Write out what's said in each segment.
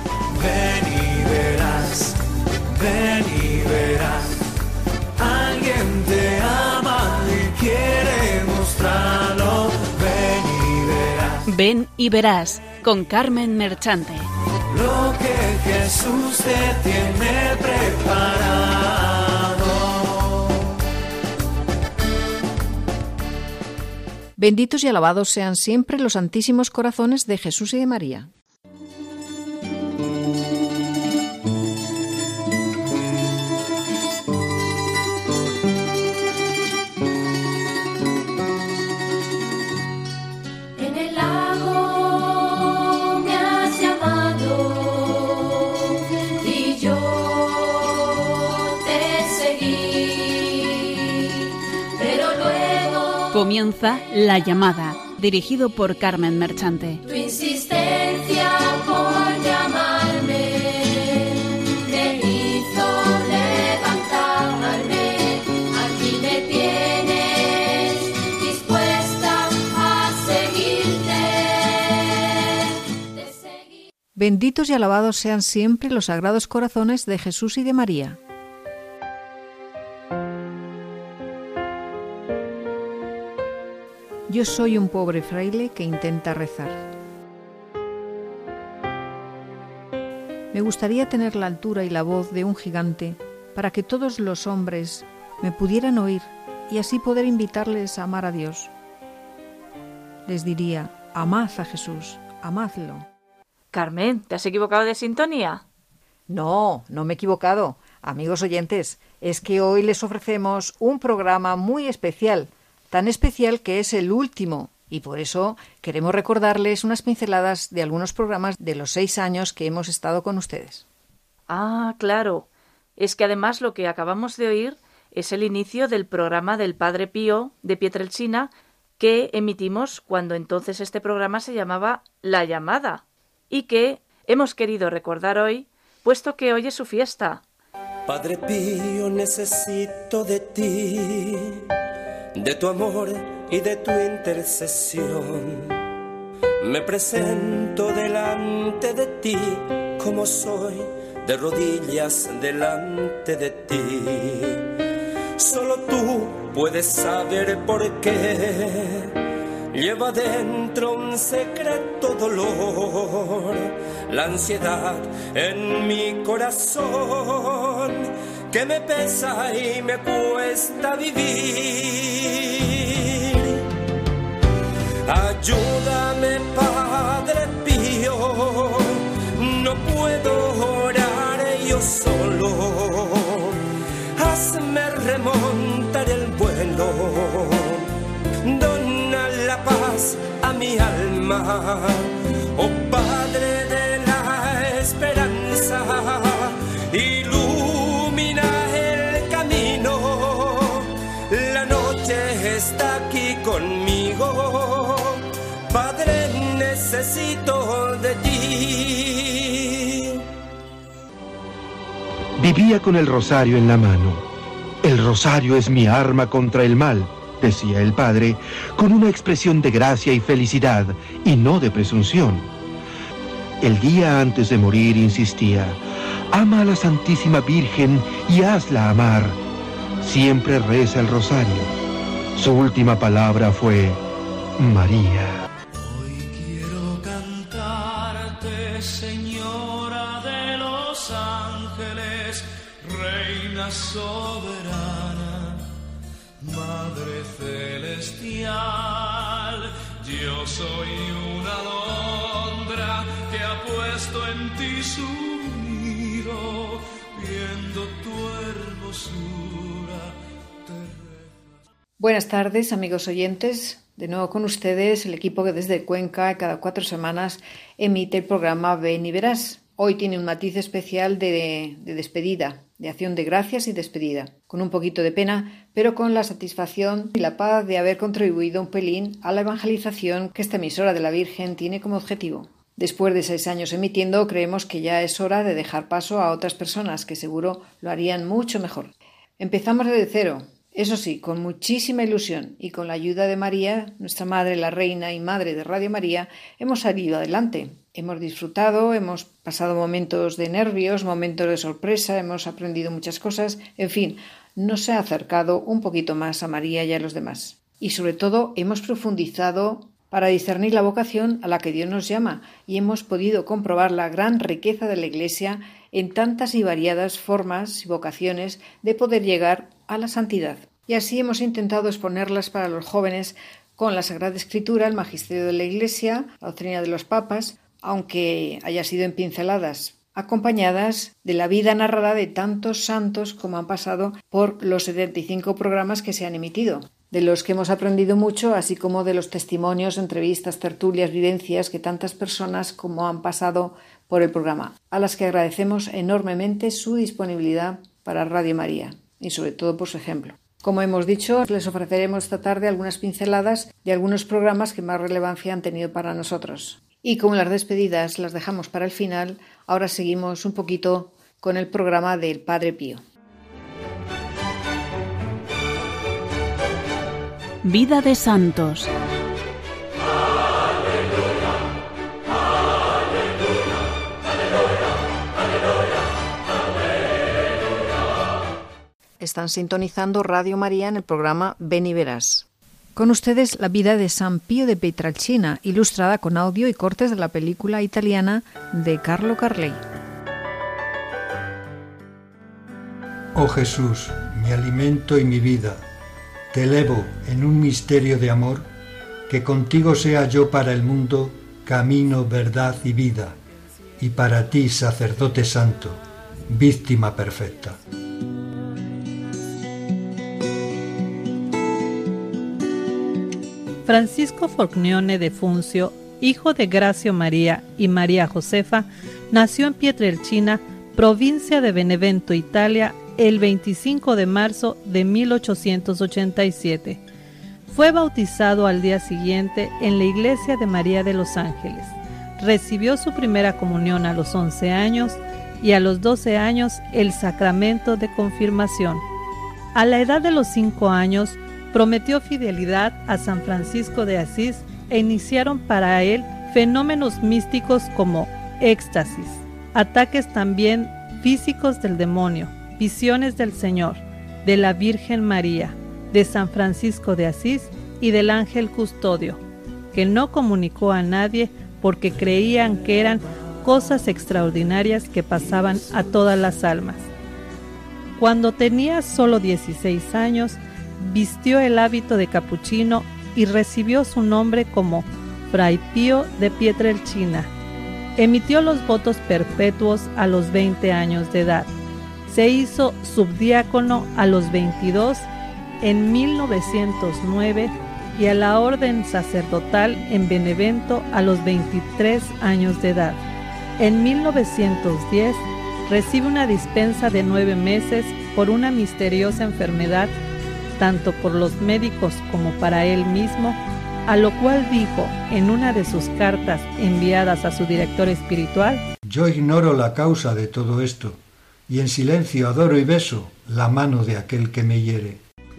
Ven y verás, ven y verás. Alguien te ama y quiere mostrarlo. Ven y verás. Ven y verás, con Carmen Merchante. Lo que Jesús te tiene preparado. Benditos y alabados sean siempre los santísimos corazones de Jesús y de María. Comienza La Llamada, dirigido por Carmen Merchante. Tu insistencia por llamarme me hizo levantarme. Aquí me tienes dispuesta a seguirte. Benditos y alabados sean siempre los sagrados corazones de Jesús y de María. Yo soy un pobre fraile que intenta rezar. Me gustaría tener la altura y la voz de un gigante para que todos los hombres me pudieran oír y así poder invitarles a amar a Dios. Les diría, amad a Jesús, amadlo. Carmen, ¿te has equivocado de sintonía? No, no me he equivocado. Amigos oyentes, es que hoy les ofrecemos un programa muy especial, tan especial que es el último, y por eso queremos recordarles unas pinceladas de algunos programas de los 6 años que hemos estado con ustedes. Ah, claro. Es que además lo que acabamos de oír es el inicio del programa del Padre Pío de Pietrelcina que emitimos cuando entonces este programa se llamaba La Llamada y que hemos querido recordar hoy, puesto que hoy es su fiesta. Padre Pío, necesito de ti, de tu amor y de tu intercesión. Me presento delante de ti como soy, de rodillas delante de ti. Solo tú puedes saber por qué lleva dentro un secreto dolor, la ansiedad en mi corazón que me pesa y me cuesta vivir. Ayúdame, Padre Pío, no puedo orar yo solo. Hazme remontar el vuelo, dona la paz a mi alma, oh Padre de la esperanza, ilumina el camino, la noche está aquí conmigo, Padre, necesito de ti. Vivía con el rosario en la mano. El rosario es mi arma contra el mal, decía el padre, con una expresión de gracia y felicidad, y no de presunción. El día antes de morir insistía, ama a la Santísima Virgen y hazla amar. Siempre reza el rosario. Su última palabra fue, María. Hoy quiero cantarte, Señora de los ángeles, Reina soberana, Madre celestial. Yo soy una alondra que ha puesto en ti su nido, viendo tu hermosura. Buenas tardes, amigos oyentes. De nuevo con ustedes, el equipo que desde Cuenca cada 4 semanas emite el programa Ven y Verás. Hoy tiene un matiz especial de despedida, de acción de gracias y despedida, con un poquito de pena, pero con la satisfacción y la paz de haber contribuido un pelín a la evangelización que esta emisora de la Virgen tiene como objetivo. Después de 6 años emitiendo, creemos que ya es hora de dejar paso a otras personas que seguro lo harían mucho mejor. Empezamos desde cero, Eso sí, con muchísima ilusión y con la ayuda de María, nuestra Madre, la Reina y Madre de Radio María, hemos salido adelante. Hemos disfrutado, hemos pasado momentos de nervios, momentos de sorpresa, hemos aprendido muchas cosas, en fin, nos ha acercado un poquito más a María y a los demás. Y sobre todo hemos profundizado para discernir la vocación a la que Dios nos llama y hemos podido comprobar la gran riqueza de la Iglesia en tantas y variadas formas y vocaciones de poder llegar a la santidad. Y así hemos intentado exponerlas para los jóvenes con la Sagrada Escritura, el magisterio de la Iglesia, la doctrina de los papas, aunque haya sido en pinceladas, acompañadas de la vida narrada de tantos santos como han pasado por los 75 programas que se han emitido, de los que hemos aprendido mucho, así como de los testimonios, entrevistas, tertulias, vivencias que tantas personas como han pasado por el programa, a las que agradecemos enormemente su disponibilidad para Radio María y sobre todo por su ejemplo. Como hemos dicho, les ofreceremos esta tarde algunas pinceladas de algunos programas que más relevancia han tenido para nosotros. Y como las despedidas las dejamos para el final, ahora seguimos un poquito con el programa del Padre Pío. Vida de santos. Están sintonizando Radio María en el programa Ven y Verás. Con ustedes la vida de San Pío de Pietrelcina, ilustrada con audio y cortes de la película italiana de Carlo Carley. Oh Jesús, mi alimento y mi vida, te elevo en un misterio de amor, que contigo sea yo para el mundo camino, verdad y vida, y para ti, sacerdote santo, víctima perfecta. Francisco Fornione de Funcio, hijo de Gracio María y María Josefa, nació en Pietrelcina, provincia de Benevento, Italia, el 25 de marzo de 1887. Fue bautizado al día siguiente en la iglesia de María de los Ángeles. Recibió su primera comunión a los 11 años y a los 12 años el sacramento de confirmación. A la edad de los 5 años prometió fidelidad a San Francisco de Asís e iniciaron para él fenómenos místicos como éxtasis, ataques también físicos del demonio, visiones del Señor, de la Virgen María, de San Francisco de Asís y del ángel custodio, que no comunicó a nadie porque creían que eran cosas extraordinarias que pasaban a todas las almas. Cuando tenía solo 16 años, vistió el hábito de capuchino y recibió su nombre como Fray Pío de Pietrelcina. Emitió los votos perpetuos a los 20 años de edad. Se hizo subdiácono a los 22 en 1909 y a la orden sacerdotal en Benevento a los 23 años de edad. En 1910 recibe una dispensa de 9 meses por una misteriosa enfermedad, tanto por los médicos como para él mismo, a lo cual dijo en una de sus cartas enviadas a su director espiritual: Yo ignoro la causa de todo esto, y en silencio adoro y beso la mano de aquel que me hiere.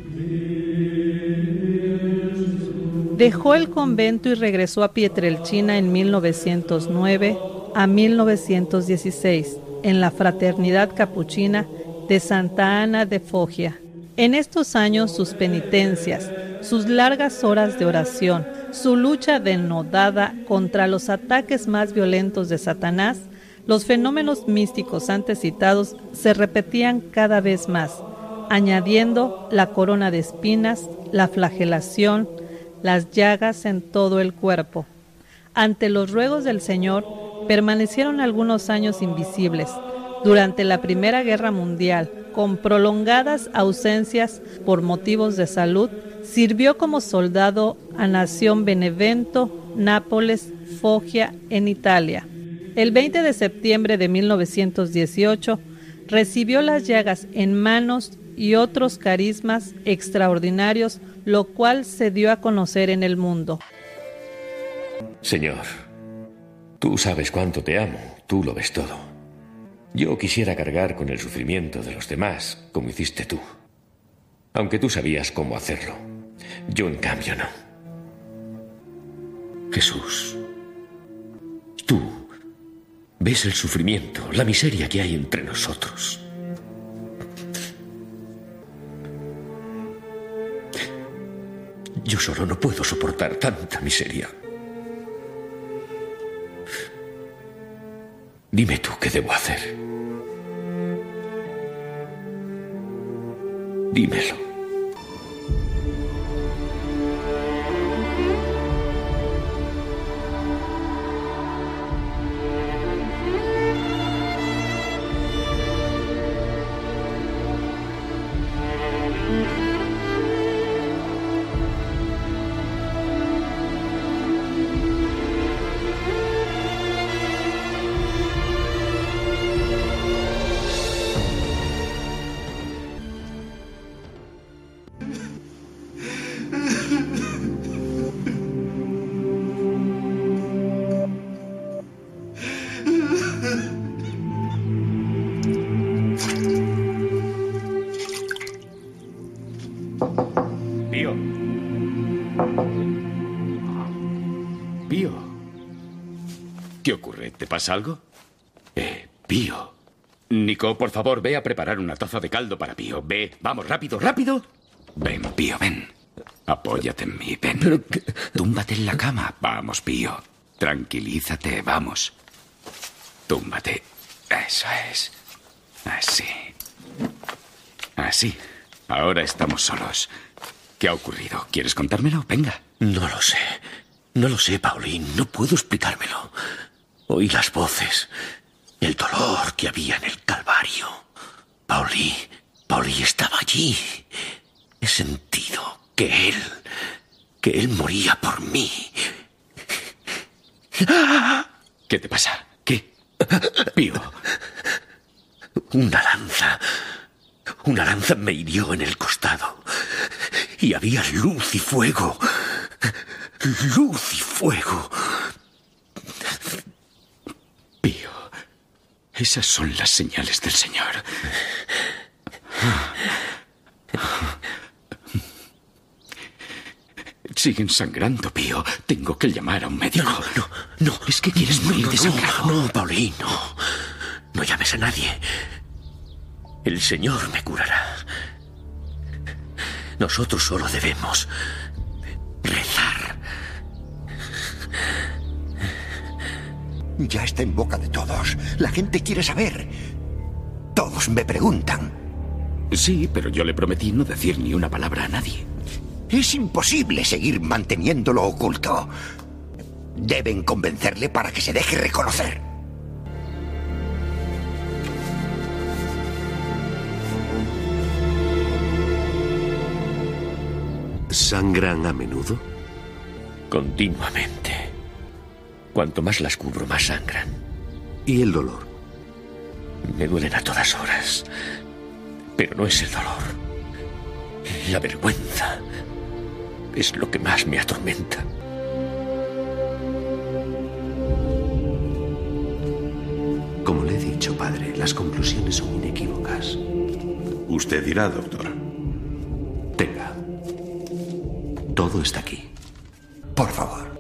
Dejó el convento y regresó a Pietrelcina en 1909 a 1916, en la Fraternidad Capuchina de Santa Ana de Foggia. En estos años sus penitencias, sus largas horas de oración, su lucha denodada contra los ataques más violentos de Satanás, los fenómenos místicos antes citados se repetían cada vez más, añadiendo la corona de espinas, la flagelación, las llagas en todo el cuerpo. Ante los ruegos del Señor, permanecieron algunos años invisibles. Durante la Primera Guerra Mundial, con prolongadas ausencias por motivos de salud, sirvió como soldado a Nación Benevento, Nápoles, Foggia, en Italia. El 20 de septiembre de 1918, recibió las llagas en manos y otros carismas extraordinarios, lo cual se dio a conocer en el mundo. Señor, tú sabes cuánto te amo, tú lo ves todo. Yo quisiera cargar con el sufrimiento de los demás, como hiciste tú. aunque tú sabías cómo hacerlo. Yo, en cambio, no. Jesús, tú ves el sufrimiento, la miseria que hay entre nosotros. Yo solo no puedo soportar tanta miseria. Dime tú qué debo hacer. Dímelo. Pío. ¿Qué ocurre? ¿Te pasa algo? Pío. Nico, por favor, ve a preparar una taza de caldo para Pío. Ve, vamos, rápido, rápido. Ven, Pío, ven. Apóyate en mí, ven. Pero túmbate en la cama. Vamos, Pío. Tranquilízate, vamos. Túmbate. Eso es. Así. Así. Ahora estamos solos. ¿Qué ha ocurrido? ¿Quieres contármelo? Venga. No lo sé. No lo sé, Pauline. No puedo explicármelo. Oí las voces. El dolor que había en el Calvario. Pauline estaba allí. He sentido que él moría por mí. ¿Qué te pasa? ¿Qué? Pío. Una lanza me hirió en el costado. Y había luz y fuego. Luz y fuego. Pío, esas son las señales del Señor. Siguen sangrando, Pío. Tengo que llamar a un médico. No. Es que quieres morir desangrado. No, Pauline, no. No llames a nadie. El Señor me curará. Nosotros solo debemos rezar. Ya está en boca de todos. La gente quiere saber. Todos me preguntan. Sí, pero yo le prometí no decir ni una palabra a nadie. Es imposible seguir manteniéndolo oculto. Deben convencerle para que se deje reconocer. ¿Sangran a menudo? Continuamente. Cuanto más las cubro, más sangran. ¿Y el dolor? Me duelen a todas horas. Pero no es el dolor. La vergüenza es lo que más me atormenta. Como le he dicho, padre, las conclusiones son inequívocas. Usted dirá, doctor. Tenga. Todo está aquí. Por favor.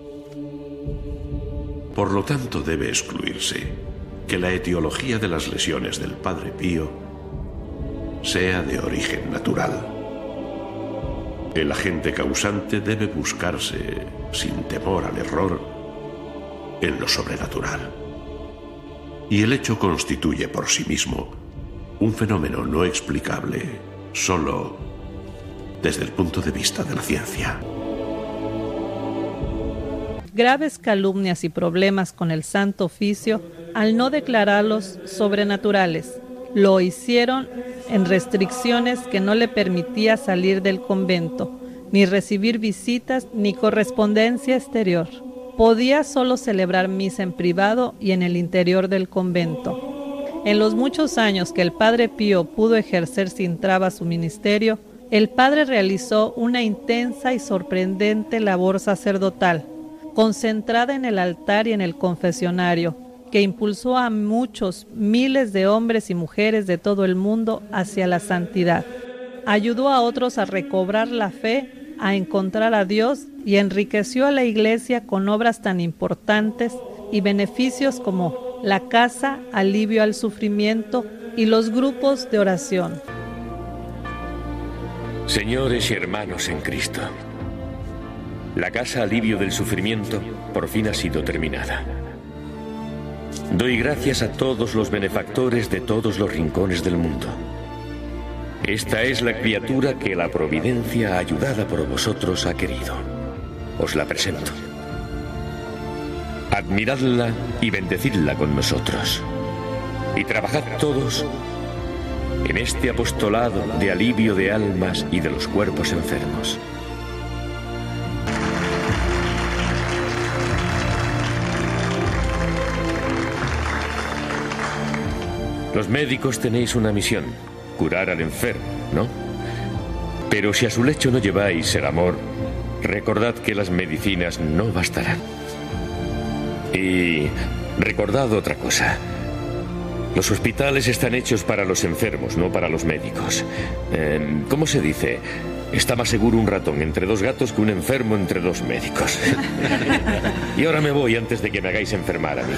Por lo tanto, debe excluirse que la etiología de las lesiones del Padre Pío sea de origen natural. El agente causante debe buscarse, sin temor al error, en lo sobrenatural. Y el hecho constituye por sí mismo un fenómeno no explicable solo desde el punto de vista de la ciencia. Graves calumnias y problemas con el Santo Oficio al no declararlos sobrenaturales. Lo hicieron en restricciones que no le permitía salir del convento, ni recibir visitas ni correspondencia exterior. Podía solo celebrar misa en privado y en el interior del convento. En los muchos años que el Padre Pío pudo ejercer sin trabas su ministerio, el Padre realizó una intensa y sorprendente labor sacerdotal, concentrada en el altar y en el confesionario, que impulsó a muchos miles de hombres y mujeres de todo el mundo hacia la santidad. ayudó a otros a recobrar la fe, a encontrar a Dios y enriqueció a la Iglesia con obras tan importantes y beneficios como la Casa Alivio al Sufrimiento y los grupos de oración. Señores y hermanos en Cristo, la Casa Alivio del Sufrimiento por fin ha sido terminada. Doy gracias a todos los benefactores de todos los rincones del mundo. Esta es la criatura que la providencia, ayudada por vosotros, ha querido. Os la presento. Admiradla y bendecidla con nosotros. Y trabajad todos en este apostolado de alivio de almas y de los cuerpos enfermos. Los médicos tenéis una misión, curar al enfermo, ¿no? Pero si a su lecho no lleváis el amor, recordad que las medicinas no bastarán. Y recordad otra cosa. Los hospitales están hechos para los enfermos, no para los médicos. ¿Cómo se dice? Está más seguro un ratón entre dos gatos que un enfermo entre dos médicos. Y ahora me voy antes de que me hagáis enfermar a mí.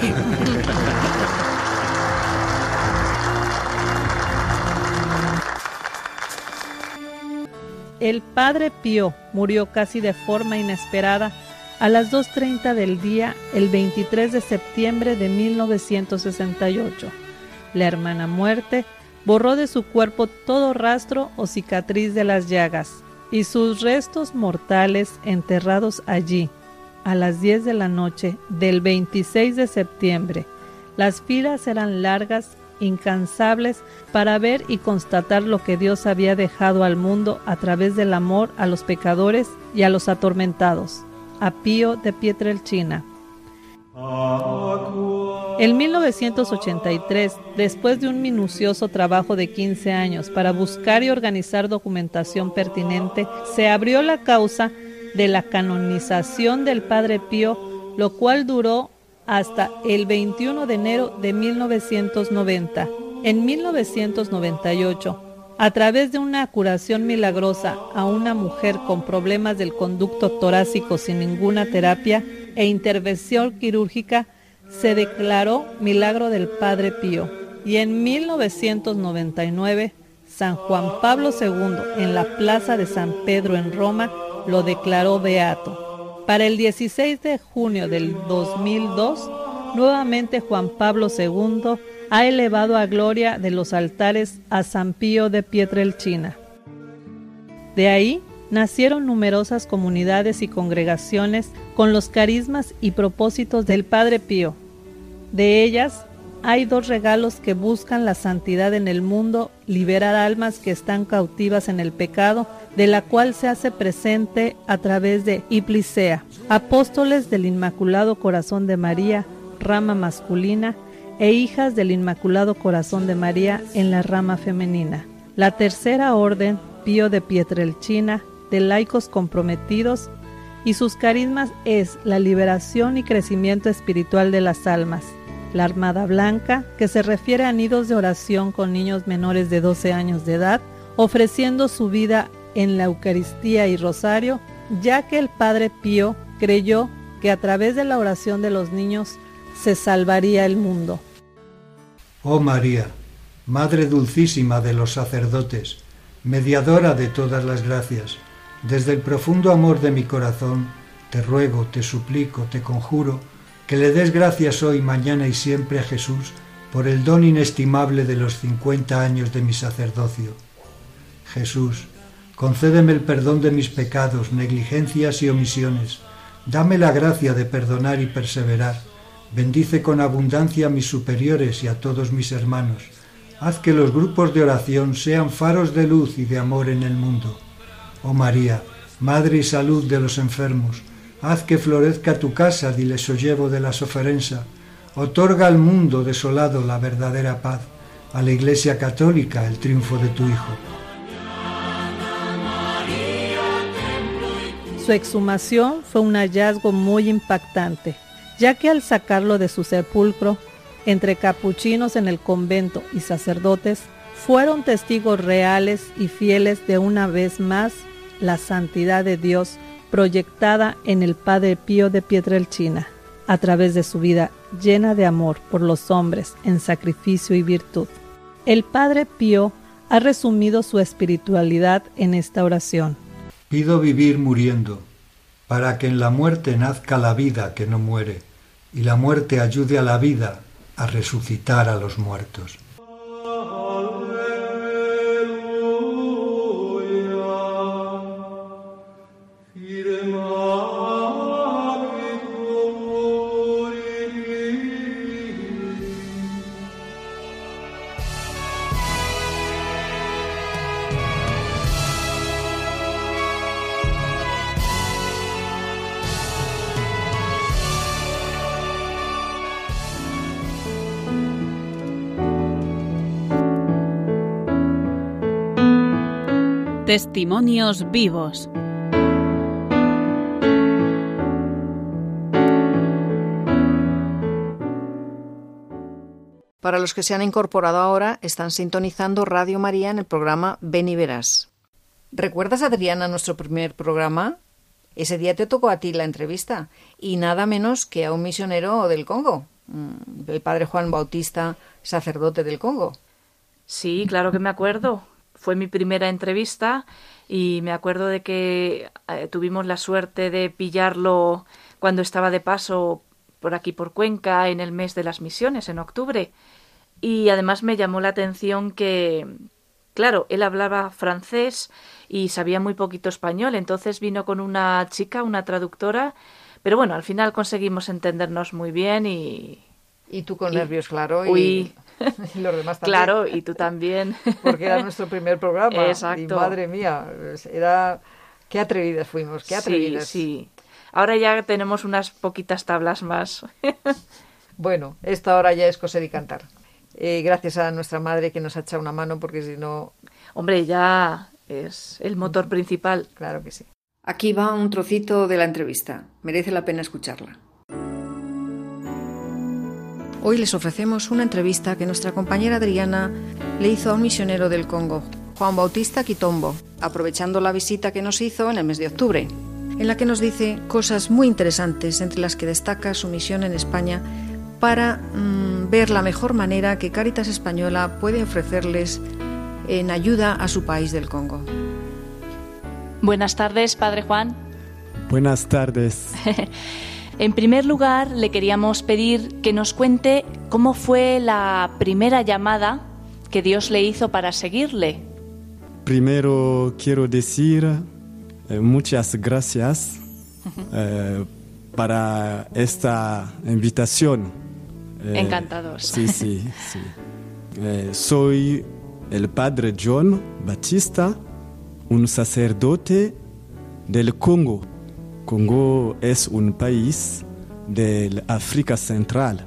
El Padre Pío murió casi de forma inesperada a las 2:30 del día, el 23 de septiembre de 1968. La hermana muerte borró de su cuerpo todo rastro o cicatriz de las llagas, y sus restos mortales enterrados allí, a las 10 de la noche del 26 de septiembre. Las filas eran largas, incansables, para ver y constatar lo que Dios había dejado al mundo a través del amor a los pecadores y a los atormentados. A Pío de Pietrelcina. En 1983, después de un minucioso trabajo de 15 años para buscar y organizar documentación pertinente, se abrió la causa de la canonización del Padre Pío, lo cual duró hasta el 21 de enero de 1990. En 1998, a través de una curación milagrosa a una mujer con problemas del conducto torácico sin ninguna terapia e intervención quirúrgica, se declaró milagro del Padre Pío. Y en 1999, San Juan Pablo II, en la Plaza de San Pedro en Roma, lo declaró beato. Para el 16 de junio del 2002, nuevamente Juan Pablo II ha elevado a gloria de los altares a San Pío de Pietrelcina. De ahí nacieron numerosas comunidades y congregaciones con los carismas y propósitos del Padre Pío. De ellas, hay dos regalos que buscan la santidad en el mundo, liberar almas que están cautivas en el pecado, de la cual se hace presente a través de Hiplicea, apóstoles del Inmaculado Corazón de María, rama masculina, e hijas del Inmaculado Corazón de María en la rama femenina. La tercera orden, Pío de Pietrelcina, de laicos comprometidos, y sus carismas es la liberación y crecimiento espiritual de las almas. La Armada Blanca, que se refiere a nidos de oración con niños menores de 12 años de edad, ofreciendo su vida en la Eucaristía y Rosario, ya que el Padre Pío creyó que a través de la oración de los niños se salvaría el mundo. Oh María, Madre dulcísima de los sacerdotes, mediadora de todas las gracias, desde el profundo amor de mi corazón, te ruego, te suplico, te conjuro, que le des gracias hoy, mañana y siempre a Jesús por el don inestimable de los 50 años de mi sacerdocio. Jesús, concédeme el perdón de mis pecados, negligencias y omisiones. Dame la gracia de perdonar y perseverar. Bendice con abundancia a mis superiores y a todos mis hermanos. Haz que los grupos de oración sean faros de luz y de amor en el mundo. Oh María, Madre y salud de los enfermos, haz que florezca tu casa, dile solllevo de la soferenza. Otorga al mundo desolado la verdadera paz, a la Iglesia Católica el triunfo de tu Hijo. Su exhumación fue un hallazgo muy impactante, ya que al sacarlo de su sepulcro, entre capuchinos en el convento y sacerdotes, fueron testigos reales y fieles de una vez más la santidad de Dios proyectada en el Padre Pío de Pietrelcina, a través de su vida llena de amor por los hombres en sacrificio y virtud. El Padre Pío ha resumido su espiritualidad en esta oración. Pido vivir muriendo, para que en la muerte nazca la vida que no muere, y la muerte ayude a la vida a resucitar a los muertos. Testimonios vivos. Para los que se han incorporado ahora, están sintonizando Radio María en el programa Ven y Verás. ¿Recuerdas, Adriana, nuestro primer programa? Ese día te tocó a ti la entrevista, y nada menos que a un misionero del Congo, el padre Juan Bautista, sacerdote del Congo. Sí, claro que me acuerdo. Fue mi primera entrevista y me acuerdo de que tuvimos la suerte de pillarlo cuando estaba de paso por aquí por Cuenca en el mes de las misiones, en octubre. Y además me llamó la atención que, claro, él hablaba francés y sabía muy poquito español, entonces vino con una chica, una traductora, pero bueno, al final conseguimos entendernos muy bien y... Y tú con nervios, claro, y los demás también. Claro, y tú también. Porque era nuestro primer programa. Exacto. Y madre mía, era... Qué atrevidas fuimos, qué atrevidas. Sí. Ahora ya tenemos unas poquitas tablas más. Bueno, esta hora ya es coser y cantar. Gracias a nuestra madre que nos ha echado una mano, porque si no... Hombre, ya es el motor principal. Claro que sí. Aquí va un trocito de la entrevista. Merece la pena escucharla. Hoy les ofrecemos una entrevista que nuestra compañera Adriana le hizo a un misionero del Congo, Juan Bautista Kitombo, aprovechando la visita que nos hizo en el mes de octubre, en la que nos dice cosas muy interesantes, entre las que destaca su misión en España para ver la mejor manera que Cáritas Española puede ofrecerles en ayuda a su país del Congo. Buenas tardes, Padre Juan. Buenas tardes. En primer lugar, le queríamos pedir que nos cuente cómo fue la primera llamada que Dios le hizo para seguirle. Primero quiero decir muchas gracias para esta invitación. Encantados. Sí. Soy el Padre John Bautista, un sacerdote del Congo. Congo es un país del África Central.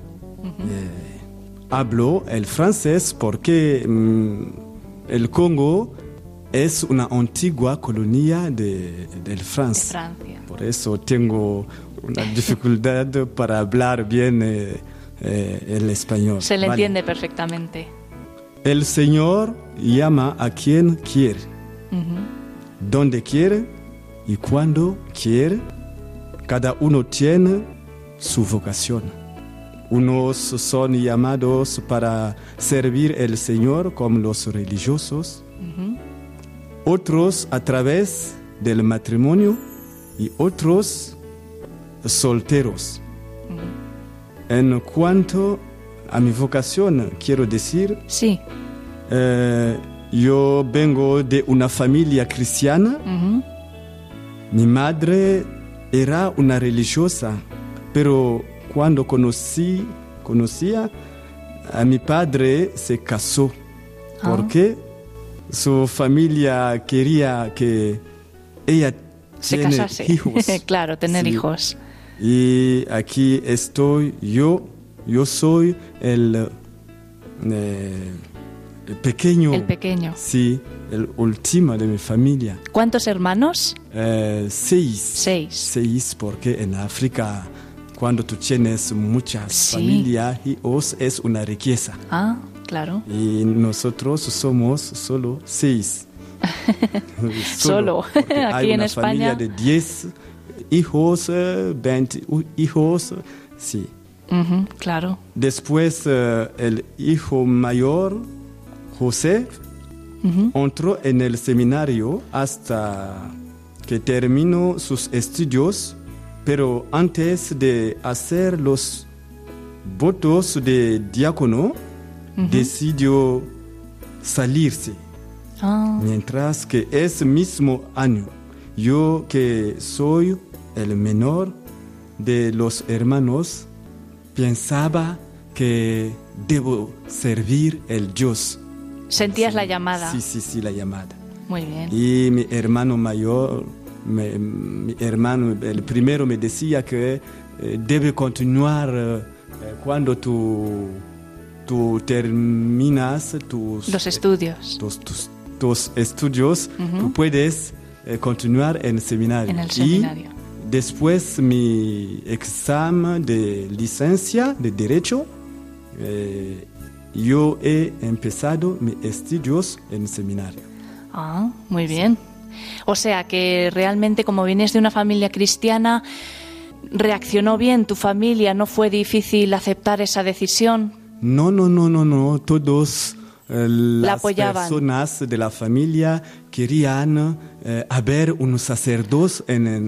Hablo el francés porque el Congo es una antigua colonia de Francia. Por eso tengo una dificultad para hablar bien el español. Se le entiende perfectamente. El Señor llama a quien quiere, donde quiere y cuando quiere. Cada uno tiene su vocación. Unos son llamados para servir al Señor como los religiosos, otros a través del matrimonio y otros solteros. En cuanto a mi vocación, quiero decir, sí. Yo vengo de una familia cristiana. Mi madre era una religiosa, pero cuando conocía a mi padre se casó, porque su familia quería que ella se casase. Hijos. Claro, tener hijos. Y aquí estoy yo soy el pequeño. El pequeño. Sí, el último de mi familia. ¿Cuántos hermanos? 6. 6, porque en África, cuando tú tienes muchas familias, hijos, es una riqueza. Claro. Y nosotros somos solo 6. Solo. Aquí hay en una España. Familia de 10 hijos, 20 hijos, sí. Claro. Después el hijo mayor, José, entró en el seminario hasta que terminó sus estudios, pero antes de hacer los votos de diácono, decidió salirse. Mientras que ese mismo año, yo que soy el menor de los hermanos, pensaba que debo servir el Dios. ¿Sentías la llamada? Sí, la llamada. Muy bien. Y mi hermano mayor, mi hermano, el primero me decía que debe continuar cuando tú terminas los estudios. Tus estudios, tú puedes continuar en el seminario. En el seminario. Y después mi examen de licencia de Derecho, yo he empezado mis estudios en el seminario. Ah, muy bien. O sea que realmente, como vienes de una familia cristiana, reaccionó bien tu familia, ¿no fue difícil aceptar esa decisión? No, todos las personas de la familia querían haber un sacerdote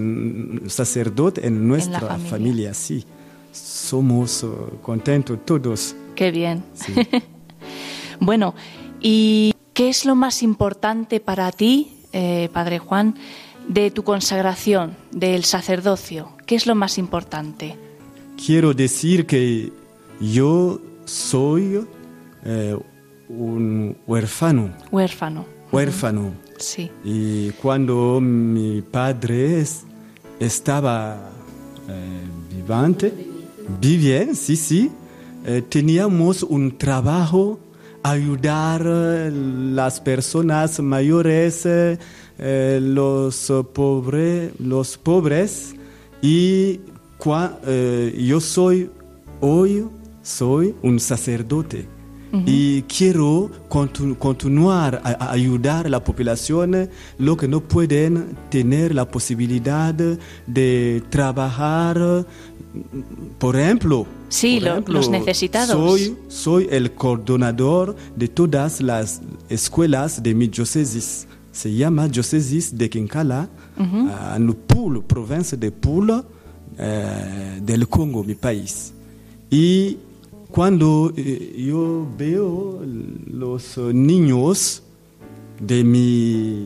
en nuestra familia. Sí, somos contentos todos. Qué bien. Sí. Bueno, ¿y qué es lo más importante para ti, Padre Juan, de tu consagración, del sacerdocio? ¿Qué es lo más importante? Quiero decir que yo soy un huérfano. Huérfano. Sí. Y cuando mi padre estaba vivía, sí, teníamos un trabajo, ayudar a las personas mayores, los pobres, y yo soy un sacerdote. Y quiero continuar a ayudar a la población, lo que no pueden tener la posibilidad de trabajar, por ejemplo. Sí, los necesitados. Soy el coordinador de todas las escuelas de mi diócesis. Se llama diócesis de Quincala, en Pulo, provincia de Pulo, del Congo, mi país. Y cuando yo veo los niños de mi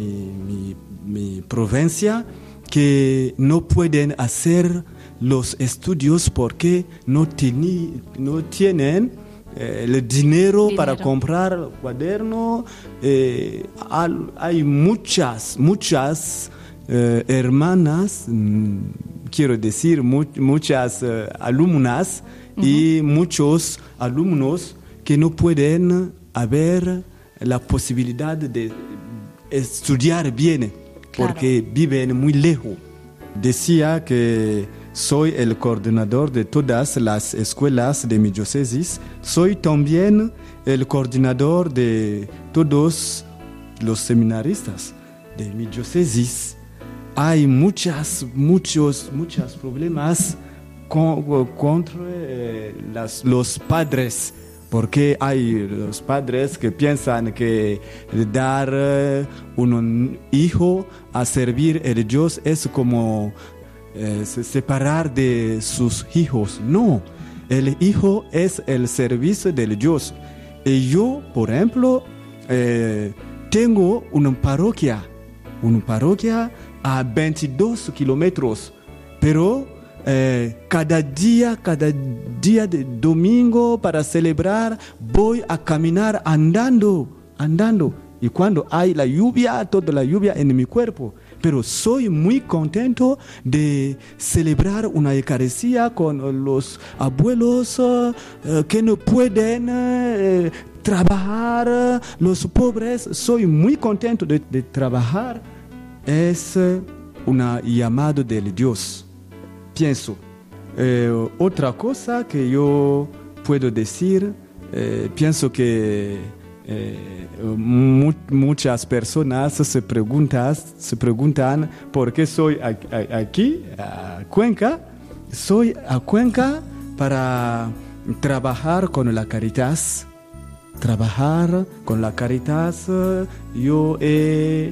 provincia que no pueden hacer los estudios porque no tienen el dinero para comprar cuaderno, hay muchas hermanas, quiero decir muchas alumnas, y muchos alumnos que no pueden haber la posibilidad de estudiar bien, porque viven muy lejos. Decía que soy el coordinador de todas las escuelas de mi diócesis. Soy también el coordinador de todos los seminaristas de mi diócesis. Hay muchos problemas contra los padres, porque hay los padres que piensan que dar un hijo a servir a Dios es como separar de sus hijos. No, el hijo es el servicio del Dios. Y yo, por ejemplo, tengo una parroquia a 22 kilómetros, pero cada día de domingo para celebrar voy a caminar andando, y cuando hay la lluvia, toda la lluvia en mi cuerpo, pero soy muy contento de celebrar una Eucaristía con los abuelos que no pueden trabajar, los pobres. Soy muy contento de trabajar. Es una llamada del Dios. Pienso. Otra cosa que yo puedo decir pienso que muchas personas se preguntan por qué soy aquí, a Cuenca. Soy a Cuenca para trabajar con la Caritas. Yo he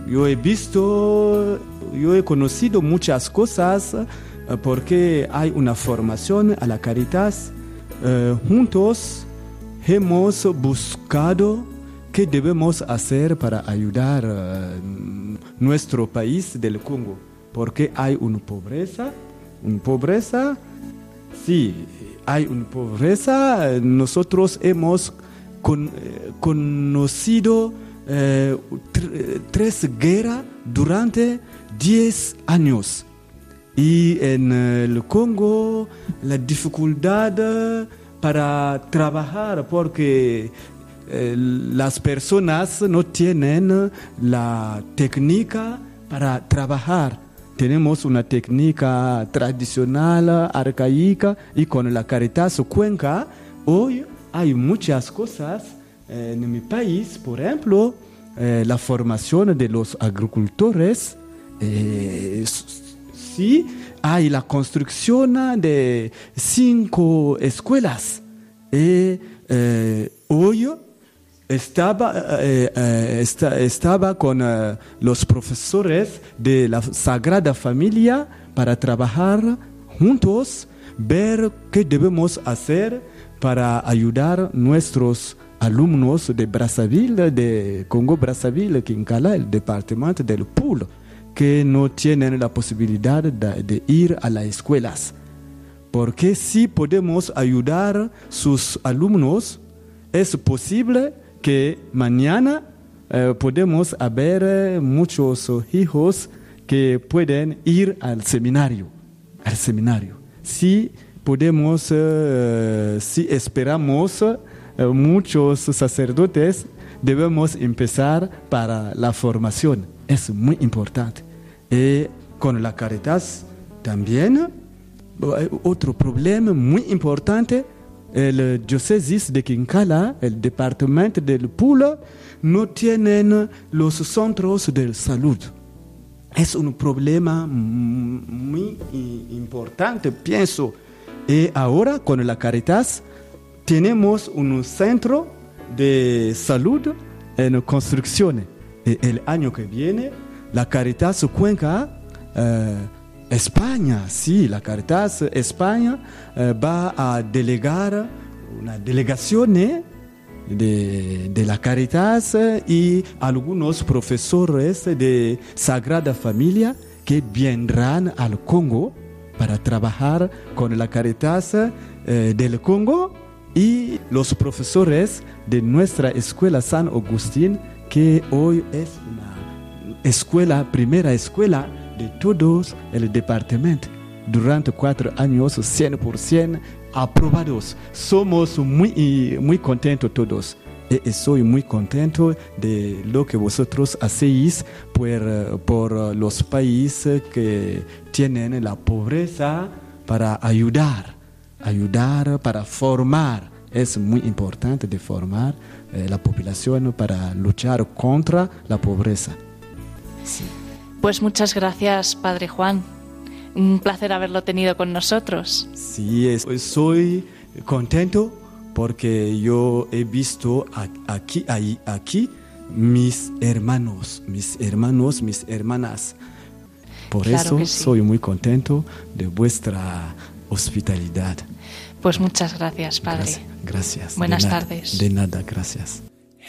conocido muchas cosas porque hay una formación a la Caritas. Juntos hemos buscado qué debemos hacer para ayudar nuestro país del Congo, porque hay una pobreza. Sí, hay una pobreza. Nosotros hemos conocido 3 guerras durante 10 años. Y en el Congo la dificultad para trabajar porque las personas no tienen la técnica para trabajar. Tenemos una técnica tradicional, arcaica, y con la Caritas Cuenca hoy hay muchas cosas en mi país. Por ejemplo, la formación de los agricultores. Sí, hay la construcción de 5 escuelas. Hoy estaba con los profesores de la Sagrada Familia para trabajar juntos, ver qué debemos hacer para ayudar a nuestros alumnos de Brazzaville, de Congo-Brazzaville, Kinkala, el departamento del Pool, que no tienen la posibilidad de ir a las escuelas. Porque si podemos ayudar a sus alumnos, es posible que mañana podemos haber muchos hijos que pueden ir al seminario. Si podemos, si esperamos muchos sacerdotes, debemos empezar para la formación. Es muy importante. Y con la Caritas también, otro problema muy importante, el diócesis de Kinkala, el departamento del Pool, no tienen los centros de salud. Es un problema muy importante, pienso. Y ahora con la Caritas tenemos un centro de salud en construcción. El año que viene, la Caritas Cuenca, España, sí, la Caritas España va a delegar una delegación de la Caritas y algunos profesores de Sagrada Familia que vendrán al Congo para trabajar con la Caritas del Congo y los profesores de nuestra escuela San Agustín, que hoy es una primera escuela de todos el departamento. Durante 4 años, 100% aprobados. Somos muy contentos todos. Y soy muy contento de lo que vosotros hacéis por los países que tienen la pobreza, para ayudar, para formar. Es muy importante de formar la población para luchar contra la pobreza. Sí. Pues muchas gracias, Padre Juan. Un placer haberlo tenido con nosotros. Sí, soy contento porque yo he visto aquí mis hermanos, mis hermanas. Por claro eso soy muy contento de vuestra hospitalidad. Pues muchas gracias, Padre. Gracias. Buenas tardes. De nada, gracias.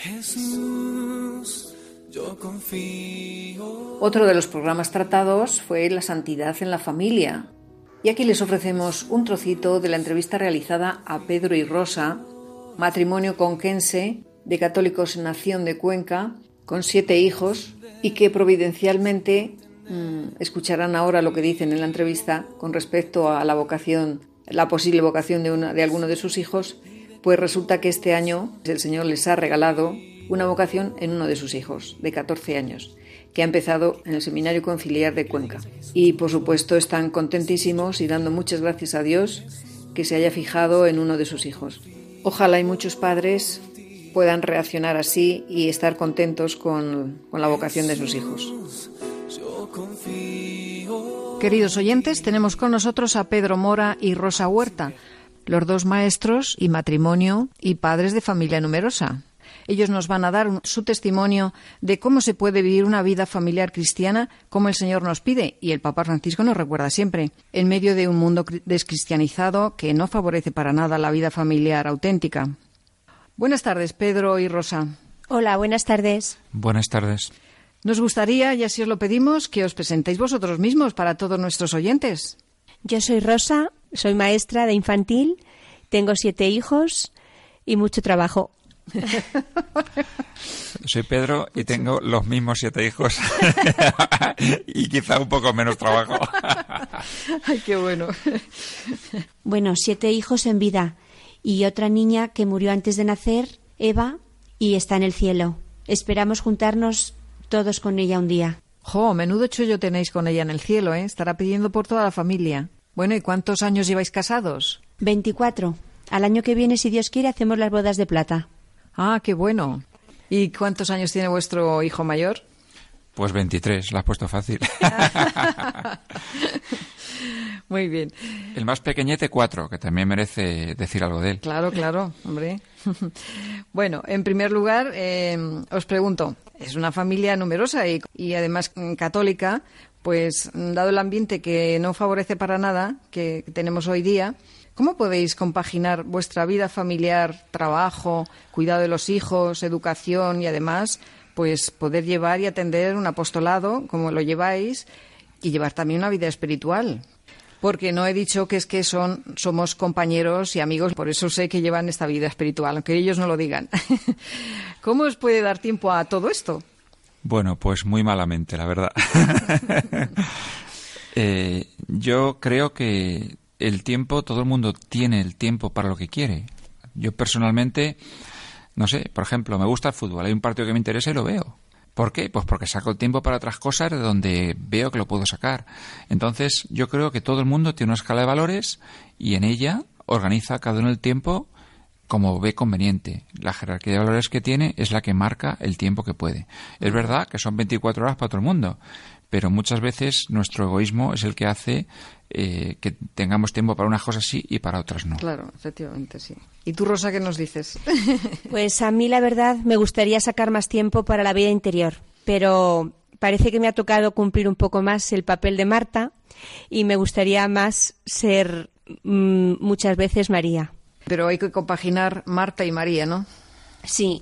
Jesús, yo confío. Otro de los programas tratados fue la santidad en la familia. Y aquí les ofrecemos un trocito de la entrevista realizada a Pedro y Rosa, matrimonio conquense de católicos en Nación de Cuenca, con 7 hijos, y que providencialmente escucharán ahora lo que dicen en la entrevista con respecto a la vocación, la posible vocación de alguno de sus hijos. Pues resulta que este año el Señor les ha regalado una vocación en uno de sus hijos, de 14 años, que ha empezado en el Seminario Conciliar de Cuenca. Y por supuesto están contentísimos y dando muchas gracias a Dios que se haya fijado en uno de sus hijos. Ojalá y muchos padres puedan reaccionar así y estar contentos con la vocación de sus hijos. Queridos oyentes, tenemos con nosotros a Pedro Mora y Rosa Huerta, los dos maestros y matrimonio y padres de familia numerosa. Ellos nos van a dar su testimonio de cómo se puede vivir una vida familiar cristiana como el Señor nos pide y el Papa Francisco nos recuerda siempre, en medio de un mundo descristianizado que no favorece para nada la vida familiar auténtica. Buenas tardes, Pedro y Rosa. Hola, buenas tardes. Buenas tardes. Nos gustaría, y así os lo pedimos, que os presentéis vosotros mismos para todos nuestros oyentes. Yo soy Rosa, soy maestra de infantil, tengo 7 hijos y mucho trabajo. Soy Pedro y tengo los mismos 7 hijos y quizá un poco menos trabajo. Ay, qué bueno. Bueno, 7 hijos en vida y otra niña que murió antes de nacer, Eva, y está en el cielo. Esperamos juntarnos todos con ella un día. Jo, menudo chollo tenéis con ella en el cielo, ¿eh? Estará pidiendo por toda la familia. Bueno, ¿y cuántos años lleváis casados? 24. Al año que viene, si Dios quiere, hacemos las bodas de plata. Ah, qué bueno. ¿Y cuántos años tiene vuestro hijo mayor? Pues 23, lo has puesto fácil. Muy bien. El más pequeñete 4, que también merece decir algo de él. Claro, claro, hombre. Bueno, en primer lugar, os pregunto, es una familia numerosa y además católica, pues dado el ambiente que no favorece para nada que tenemos hoy día, ¿cómo podéis compaginar vuestra vida familiar, trabajo, cuidado de los hijos, educación y además pues poder llevar y atender un apostolado como lo lleváis y llevar también una vida espiritual? Porque no he dicho que somos compañeros y amigos, por eso sé que llevan esta vida espiritual, aunque ellos no lo digan. ¿Cómo os puede dar tiempo a todo esto? Bueno, pues muy malamente, la verdad. Yo creo que el tiempo, todo el mundo tiene el tiempo para lo que quiere. Yo personalmente, no sé, por ejemplo, me gusta el fútbol, hay un partido que me interesa y lo veo. ¿Por qué? Pues porque saco el tiempo para otras cosas de donde veo que lo puedo sacar. Entonces, yo creo que todo el mundo tiene una escala de valores y en ella organiza cada uno el tiempo como ve conveniente. La jerarquía de valores que tiene es la que marca el tiempo que puede. Es verdad que son 24 horas para todo el mundo, pero muchas veces nuestro egoísmo es el que hace que tengamos tiempo para unas cosas sí y para otras no. Claro, efectivamente, sí. ¿Y tú, Rosa, qué nos dices? Pues a mí, la verdad, me gustaría sacar más tiempo para la vida interior, pero parece que me ha tocado cumplir un poco más el papel de Marta y me gustaría más ser muchas veces María. Pero hay que compaginar Marta y María, ¿no? Sí.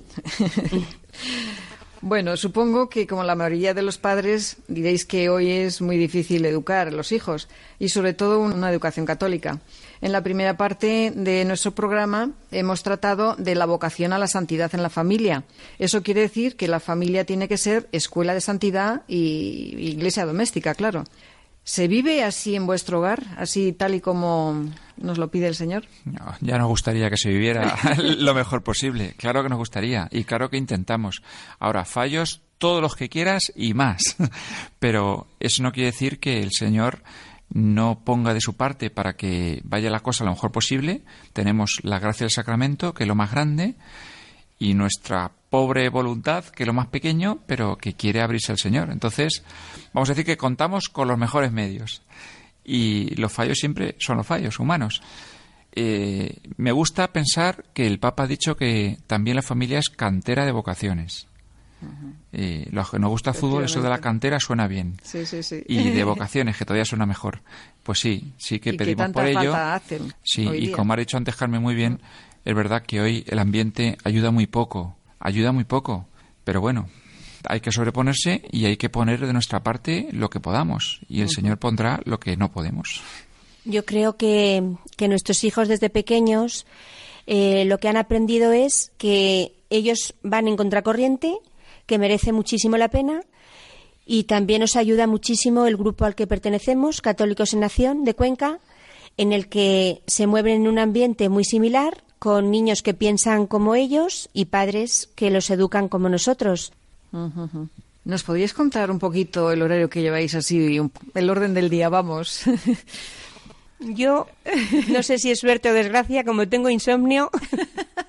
Bueno, supongo que como la mayoría de los padres diréis que hoy es muy difícil educar a los hijos y sobre todo una educación católica. En la primera parte de nuestro programa hemos tratado de la vocación a la santidad en la familia. Eso quiere decir que la familia tiene que ser escuela de santidad y iglesia doméstica, claro. ¿Se vive así en vuestro hogar, así tal y como nos lo pide el Señor? No, ya nos gustaría que se viviera lo mejor posible. Claro que nos gustaría y claro que intentamos. Ahora, fallos todos los que quieras y más. Pero eso no quiere decir que el Señor no ponga de su parte para que vaya la cosa lo mejor posible. Tenemos la gracia del sacramento, que es lo más grande, y nuestra pobre voluntad, que es lo más pequeño, pero que quiere abrirse al Señor. Entonces, vamos a decir que contamos con los mejores medios. Y los fallos siempre son los fallos humanos. Me gusta pensar que el Papa ha dicho que también la familia es cantera de vocaciones. Los que nos gusta el fútbol, eso de la cantera suena bien. Sí, sí, sí. Y de vocaciones, que todavía suena mejor. Pues sí que pedimos por ello. Sí, y como ha dicho antes Carmen muy bien, es verdad que hoy el ambiente ayuda muy poco, pero bueno, hay que sobreponerse y hay que poner de nuestra parte lo que podamos y el Señor pondrá lo que no podemos. Yo creo que nuestros hijos desde pequeños lo que han aprendido es que ellos van en contracorriente, que merece muchísimo la pena, y también nos ayuda muchísimo el grupo al que pertenecemos, Católicos en Acción de Cuenca, en el que se mueven en un ambiente muy similar, con niños que piensan como ellos y padres que los educan como nosotros. ¿Nos podríais contar un poquito el horario que lleváis así, el orden del día, vamos? Yo no sé si es suerte o desgracia, como tengo insomnio,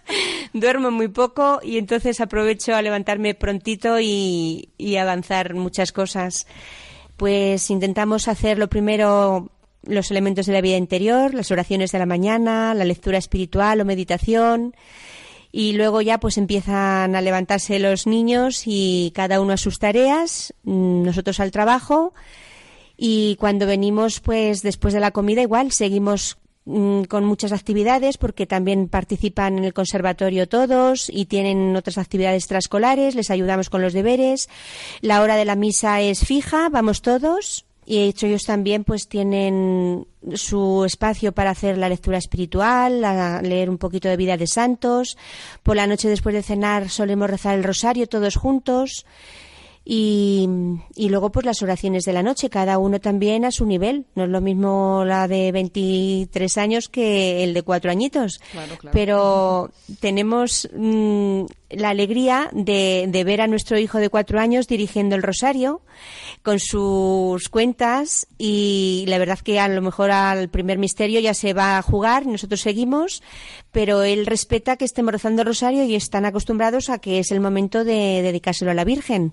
duermo muy poco y entonces aprovecho a levantarme prontito y avanzar muchas cosas. Pues intentamos hacer lo primero los elementos de la vida interior, las oraciones de la mañana, la lectura espiritual o meditación, y luego ya pues empiezan a levantarse los niños y cada uno a sus tareas, nosotros al trabajo, y cuando venimos pues después de la comida igual seguimos con muchas actividades porque también participan en el conservatorio todos y tienen otras actividades extraescolares, les ayudamos con los deberes. La hora de la misa es fija, vamos todos, y de hecho ellos también pues tienen su espacio para hacer la lectura espiritual, leer un poquito de vida de santos. Por la noche después de cenar solemos rezar el rosario todos juntos. Y luego pues las oraciones de la noche, cada uno también a su nivel. No es lo mismo la de 23 años que el de 4 añitos. Claro. Pero tenemos la alegría de ver a nuestro hijo de 4 años dirigiendo el rosario con sus cuentas, y la verdad que a lo mejor al primer misterio ya se va a jugar, nosotros seguimos, pero él respeta que estemos rezando el rosario y están acostumbrados a que es el momento de dedicárselo a la Virgen.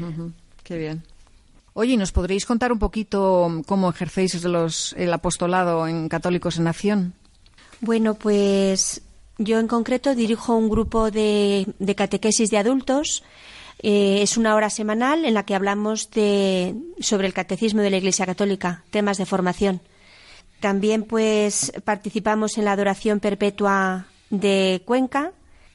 Qué bien. Oye, ¿nos podréis contar un poquito cómo ejercéis el apostolado en Católicos en Acción? Bueno, pues yo en concreto dirijo un grupo de catequesis de adultos. Es una hora semanal en la que hablamos sobre el catecismo de la Iglesia Católica, temas de formación. También pues participamos en la adoración perpetua de Cuenca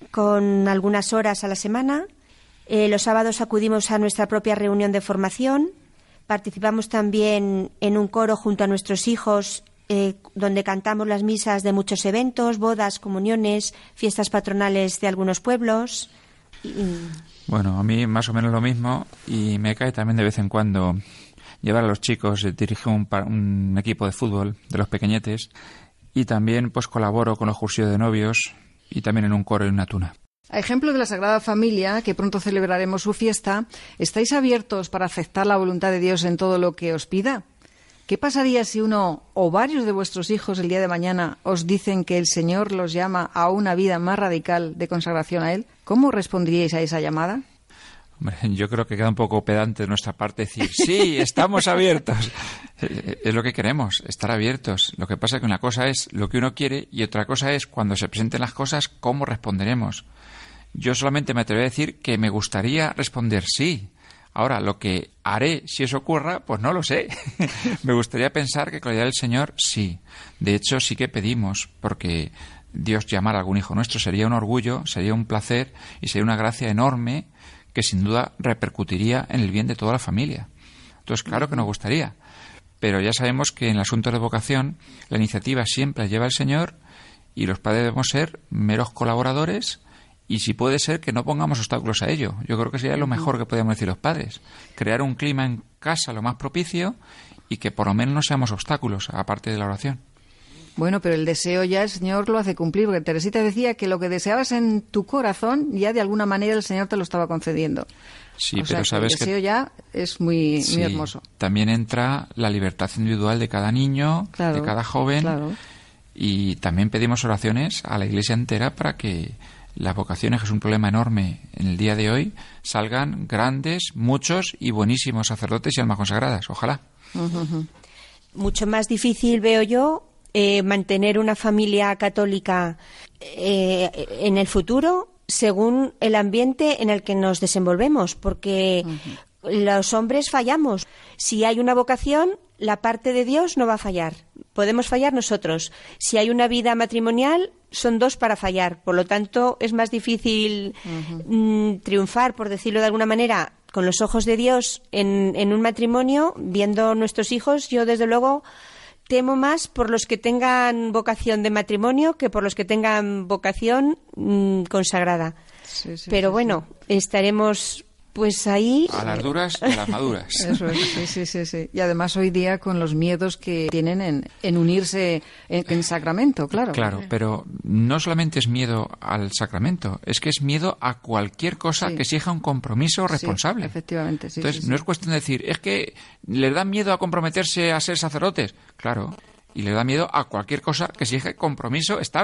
con algunas horas a la semana. Los sábados acudimos a nuestra propia reunión de formación. Participamos también en un coro junto a nuestros hijos, donde cantamos las misas de muchos eventos, bodas, comuniones, fiestas patronales de algunos pueblos. Bueno, a mí más o menos lo mismo, y me cae también de vez en cuando llevar a los chicos, dirijo un equipo de fútbol de los pequeñetes, y también pues colaboro con los cursillos de novios y también en un coro y una tuna. A ejemplo de la Sagrada Familia, que pronto celebraremos su fiesta, ¿estáis abiertos para aceptar la voluntad de Dios en todo lo que os pida? ¿Qué pasaría si uno o varios de vuestros hijos el día de mañana os dicen que el Señor los llama a una vida más radical de consagración a Él? ¿Cómo responderíais a esa llamada? Hombre, yo creo que queda un poco pedante de nuestra parte decir, sí, estamos abiertos. Es lo que queremos, estar abiertos. Lo que pasa es que una cosa es lo que uno quiere y otra cosa es cuando se presenten las cosas, cómo responderemos. Yo solamente me atrevo a decir que me gustaría responder sí. Ahora, lo que haré si eso ocurra, pues no lo sé. Me gustaría pensar que con la ayuda del Señor, sí. De hecho, sí que pedimos, porque Dios llamar a algún hijo nuestro sería un orgullo, sería un placer y sería una gracia enorme que sin duda repercutiría en el bien de toda la familia. Entonces, claro que nos gustaría. Pero ya sabemos que en el asunto de vocación, la iniciativa siempre la lleva el Señor y los padres debemos ser meros colaboradores. Y si puede ser que no pongamos obstáculos a ello. Yo creo que sería lo mejor que podemos decir los padres. Crear un clima en casa lo más propicio y que por lo menos no seamos obstáculos, aparte de la oración. Bueno, pero el deseo ya el Señor lo hace cumplir, porque Teresita decía que lo que deseabas en tu corazón ya de alguna manera el Señor te lo estaba concediendo. Sí, o pero sea, sabes que el deseo ya es muy, sí, muy hermoso. También entra la libertad individual de cada niño, claro, de cada joven, claro. Y también pedimos oraciones a la Iglesia entera para que las vocaciones, que es un problema enorme en el día de hoy, salgan grandes, muchos y buenísimos sacerdotes y almas consagradas. Ojalá. Mucho más difícil veo yo mantener una familia católica en el futuro según el ambiente en el que nos desenvolvemos, porque los hombres fallamos. Si hay una vocación, la parte de Dios no va a fallar. Podemos fallar nosotros. Si hay una vida matrimonial, son dos para fallar. Por lo tanto, es más difícil triunfar, por decirlo de alguna manera, con los ojos de Dios en un matrimonio, viendo nuestros hijos. Yo, desde luego, temo más por los que tengan vocación de matrimonio que por los que tengan vocación consagrada. Sí, Pero bueno, estaremos pues ahí... A las duras y a las maduras. Eso es, sí. Y además hoy día con los miedos que tienen en unirse en sacramento, claro. Claro, pero no solamente es miedo al sacramento, es que es miedo a cualquier cosa que exija un compromiso responsable. Sí, efectivamente, sí. Entonces, no es cuestión de decir, es que les da miedo a comprometerse a ser sacerdotes. Claro, y les da miedo a cualquier cosa que exija compromiso estable.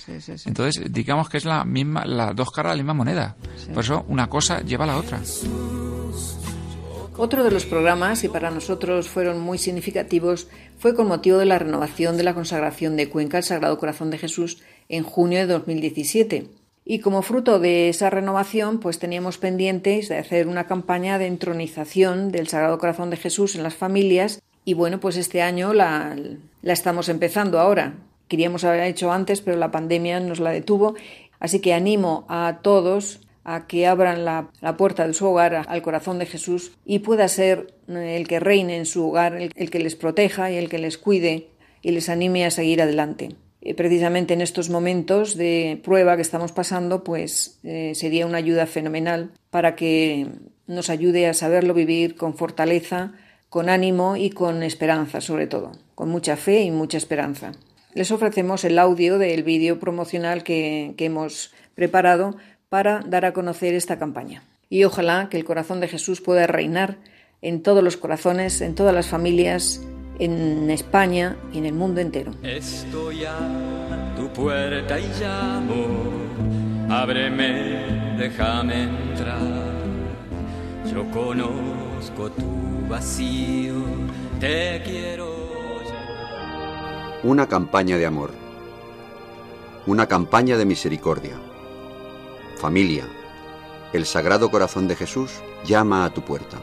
Sí. Entonces, digamos que es las dos caras de la misma moneda. Sí. Por eso una cosa lleva a la otra. Otro de los programas, y para nosotros fueron muy significativos, fue con motivo de la renovación de la consagración de Cuenca al Sagrado Corazón de Jesús en junio de 2017. Y como fruto de esa renovación, pues teníamos pendientes de hacer una campaña de entronización del Sagrado Corazón de Jesús en las familias. Y bueno, pues este año la estamos empezando ahora. Queríamos haber hecho antes, pero la pandemia nos la detuvo. Así que animo a todos a que abran la puerta de su hogar al corazón de Jesús y pueda ser el que reine en su hogar, el que les proteja y el que les cuide y les anime a seguir adelante. Precisamente en estos momentos de prueba que estamos pasando, pues sería una ayuda fenomenal para que nos ayude a saberlo vivir con fortaleza, con ánimo y con esperanza, sobre todo, con mucha fe y mucha esperanza. Les ofrecemos el audio del vídeo promocional que hemos preparado para dar a conocer esta campaña. Y ojalá que el corazón de Jesús pueda reinar en todos los corazones, en todas las familias, en España y en el mundo entero. Estoy a tu puerta y llamo, ábreme, déjame entrar. Yo conozco tu vacío, te quiero llenar. Una campaña de amor, una campaña de misericordia. Familia, el Sagrado Corazón de Jesús llama a tu puerta.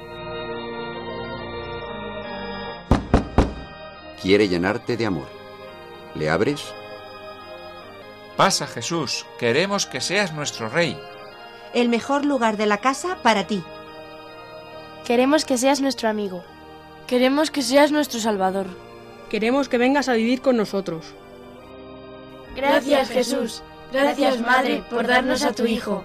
Quiere llenarte de amor. ¿Le abres? Pasa, Jesús, queremos que seas nuestro Rey. El mejor lugar de la casa para ti. Queremos que seas nuestro amigo. Queremos que seas nuestro Salvador. Queremos que vengas a vivir con nosotros. Gracias, Jesús. Gracias, Madre, por darnos a tu Hijo.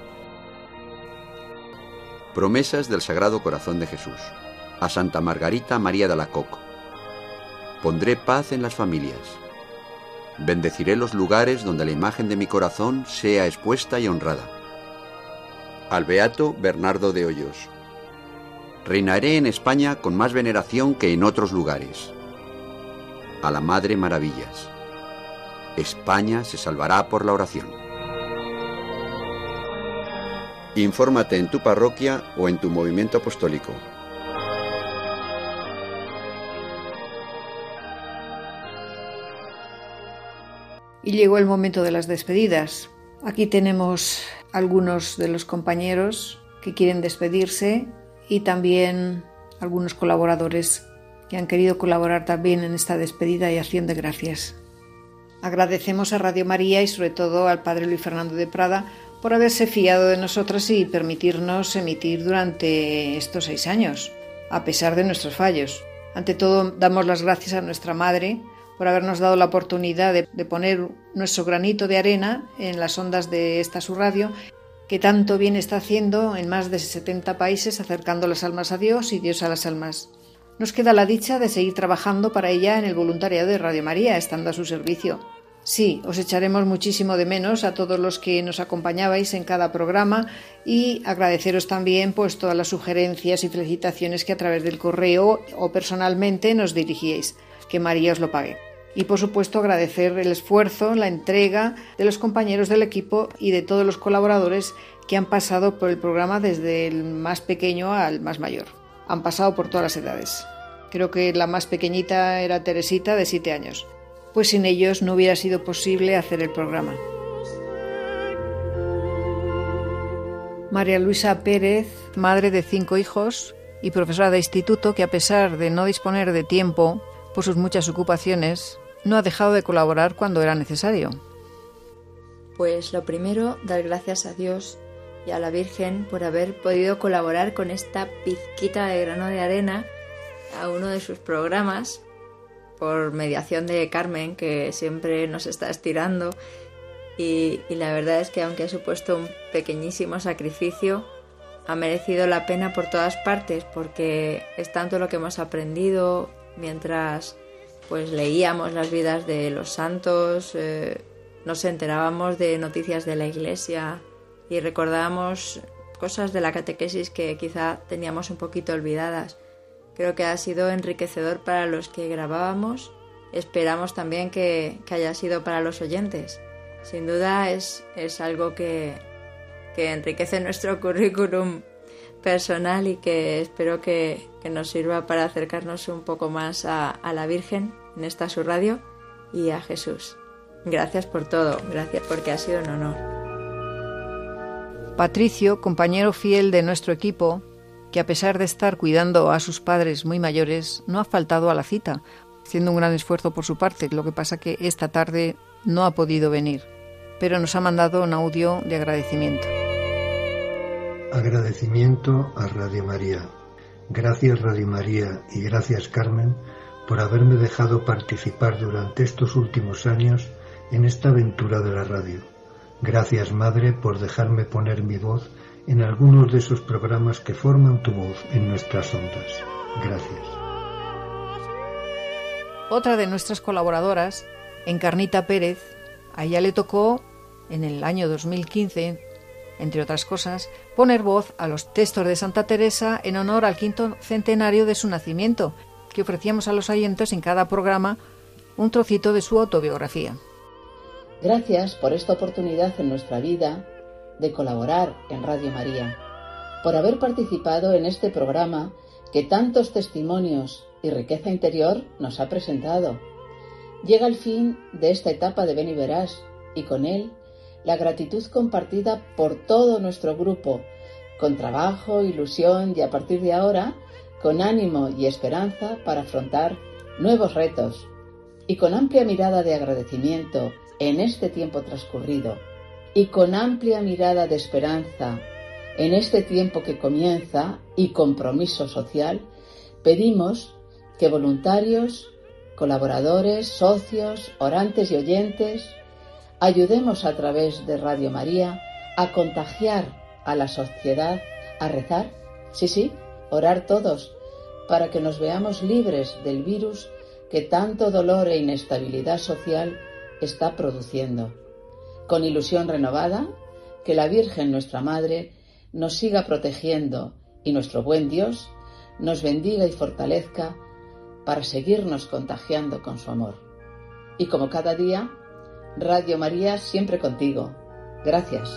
Promesas del Sagrado Corazón de Jesús. A Santa Margarita María de Alacoque. Pondré paz en las familias. Bendeciré los lugares donde la imagen de mi corazón sea expuesta y honrada. Al Beato Bernardo de Hoyos. Reinaré en España con más veneración que en otros lugares. A la Madre Maravillas. España se salvará por la oración. Infórmate en tu parroquia o en tu movimiento apostólico. Y llegó el momento de las despedidas. Aquí tenemos algunos de los compañeros que quieren despedirse y también algunos colaboradores que han querido colaborar también en esta despedida y acción de gracias. Agradecemos a Radio María y sobre todo al Padre Luis Fernando de Prada por haberse fiado de nosotros y permitirnos emitir durante estos 6 años, a pesar de nuestros fallos. Ante todo, damos las gracias a nuestra Madre por habernos dado la oportunidad de poner nuestro granito de arena en las ondas de esta su radio, que tanto bien está haciendo en más de 70 países, acercando las almas a Dios y Dios a las almas. Nos queda la dicha de seguir trabajando para ella en el voluntariado de Radio María, estando a su servicio. Sí, os echaremos muchísimo de menos a todos los que nos acompañabais en cada programa y agradeceros también pues todas las sugerencias y felicitaciones que a través del correo o personalmente nos dirigíais. Que María os lo pague. Y por supuesto agradecer el esfuerzo, la entrega de los compañeros del equipo y de todos los colaboradores que han pasado por el programa desde el más pequeño al más mayor. Han pasado por todas las edades. Creo que la más pequeñita era Teresita, de 7 años. Pues sin ellos no hubiera sido posible hacer el programa. María Luisa Pérez, madre de 5 hijos y profesora de instituto, que a pesar de no disponer de tiempo por sus muchas ocupaciones, no ha dejado de colaborar cuando era necesario. Pues lo primero, dar gracias a Dios y a la Virgen por haber podido colaborar con esta pizquita de grano de arena a uno de sus programas, por mediación de Carmen, que siempre nos está estirando, y la verdad es que aunque ha supuesto un pequeñísimo sacrificio, ha merecido la pena por todas partes, porque es tanto lo que hemos aprendido mientras pues leíamos las vidas de los santos, nos enterábamos de noticias de la Iglesia y recordábamos cosas de la catequesis que quizá teníamos un poquito olvidadas. Creo que ha sido enriquecedor para los que grabábamos. Esperamos también que haya sido para los oyentes. sin duda es algo que enriquece nuestro currículum personal y que espero que nos sirva para acercarnos un poco más a la Virgen en esta su radio y a Jesús. Gracias por todo, gracias porque ha sido un honor. Patricio, compañero fiel de nuestro equipo, que a pesar de estar cuidando a sus padres muy mayores, no ha faltado a la cita, haciendo un gran esfuerzo por su parte. Lo que pasa que esta tarde no ha podido venir, pero nos ha mandado un audio de agradecimiento. Agradecimiento a Radio María. Gracias Radio María y gracias Carmen por haberme dejado participar durante estos últimos años en esta aventura de la radio. Gracias Madre por dejarme poner mi voz en algunos de esos programas que forman tu voz en nuestras ondas. Gracias. Otra de nuestras colaboradoras, Encarnita Pérez, a ella le tocó en el año 2015, entre otras cosas, poner voz a los textos de Santa Teresa en honor al 5º centenario de su nacimiento, que ofrecíamos a los oyentes en cada programa un trocito de su autobiografía. Gracias por esta oportunidad en nuestra vida de colaborar en Radio María, por haber participado en este programa que tantos testimonios y riqueza interior nos ha presentado. Llega el fin de esta etapa de Ven y Verás y con él la gratitud compartida por todo nuestro grupo, con trabajo, ilusión y a partir de ahora con ánimo y esperanza para afrontar nuevos retos y con amplia mirada de agradecimiento en este tiempo transcurrido y con amplia mirada de esperanza en este tiempo que comienza y compromiso social, pedimos que voluntarios, colaboradores, socios, orantes y oyentes ayudemos a través de Radio María a contagiar a la sociedad a rezar, sí, orar todos, para que nos veamos libres del virus que tanto dolor e inestabilidad social está produciendo. Con ilusión renovada, que la Virgen, nuestra Madre, nos siga protegiendo y nuestro buen Dios nos bendiga y fortalezca para seguirnos contagiando con su amor. Y como cada día, Radio María siempre contigo. Gracias.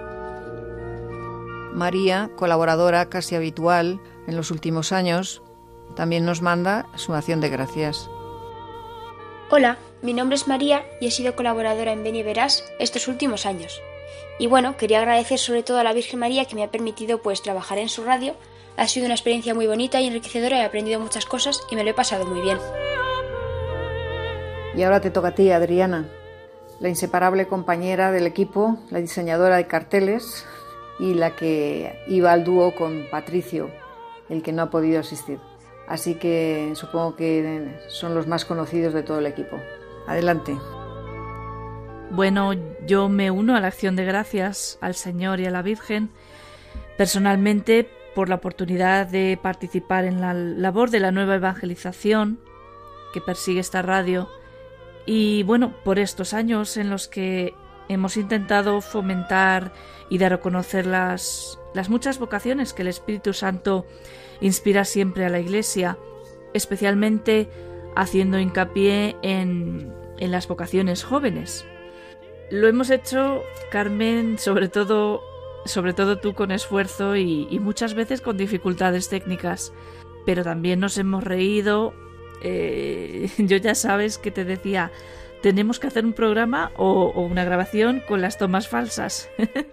María, colaboradora casi habitual en los últimos años, también nos manda su acción de gracias. Hola, mi nombre es María y he sido colaboradora en Ven y Verás estos últimos años. Y bueno, quería agradecer sobre todo a la Virgen María que me ha permitido trabajar en su radio. Ha sido una experiencia muy bonita y enriquecedora, he aprendido muchas cosas y me lo he pasado muy bien. Y ahora te toca a ti, Adriana, la inseparable compañera del equipo, la diseñadora de carteles y la que iba al dúo con Patricio, el que no ha podido asistir. Así que supongo que son los más conocidos de todo el equipo. Adelante. Bueno, yo me uno a la acción de gracias al Señor y a la Virgen, personalmente por la oportunidad de participar en la labor de la nueva evangelización que persigue esta radio y bueno, por estos años en los que hemos intentado fomentar y dar a conocer las muchas vocaciones que el Espíritu Santo inspira siempre a la Iglesia, especialmente haciendo hincapié en las vocaciones jóvenes. Lo hemos hecho, Carmen, sobre todo tú con esfuerzo y muchas veces con dificultades técnicas, pero también nos hemos reído. Yo ya sabes que te decía, tenemos que hacer un programa o una grabación con las tomas falsas.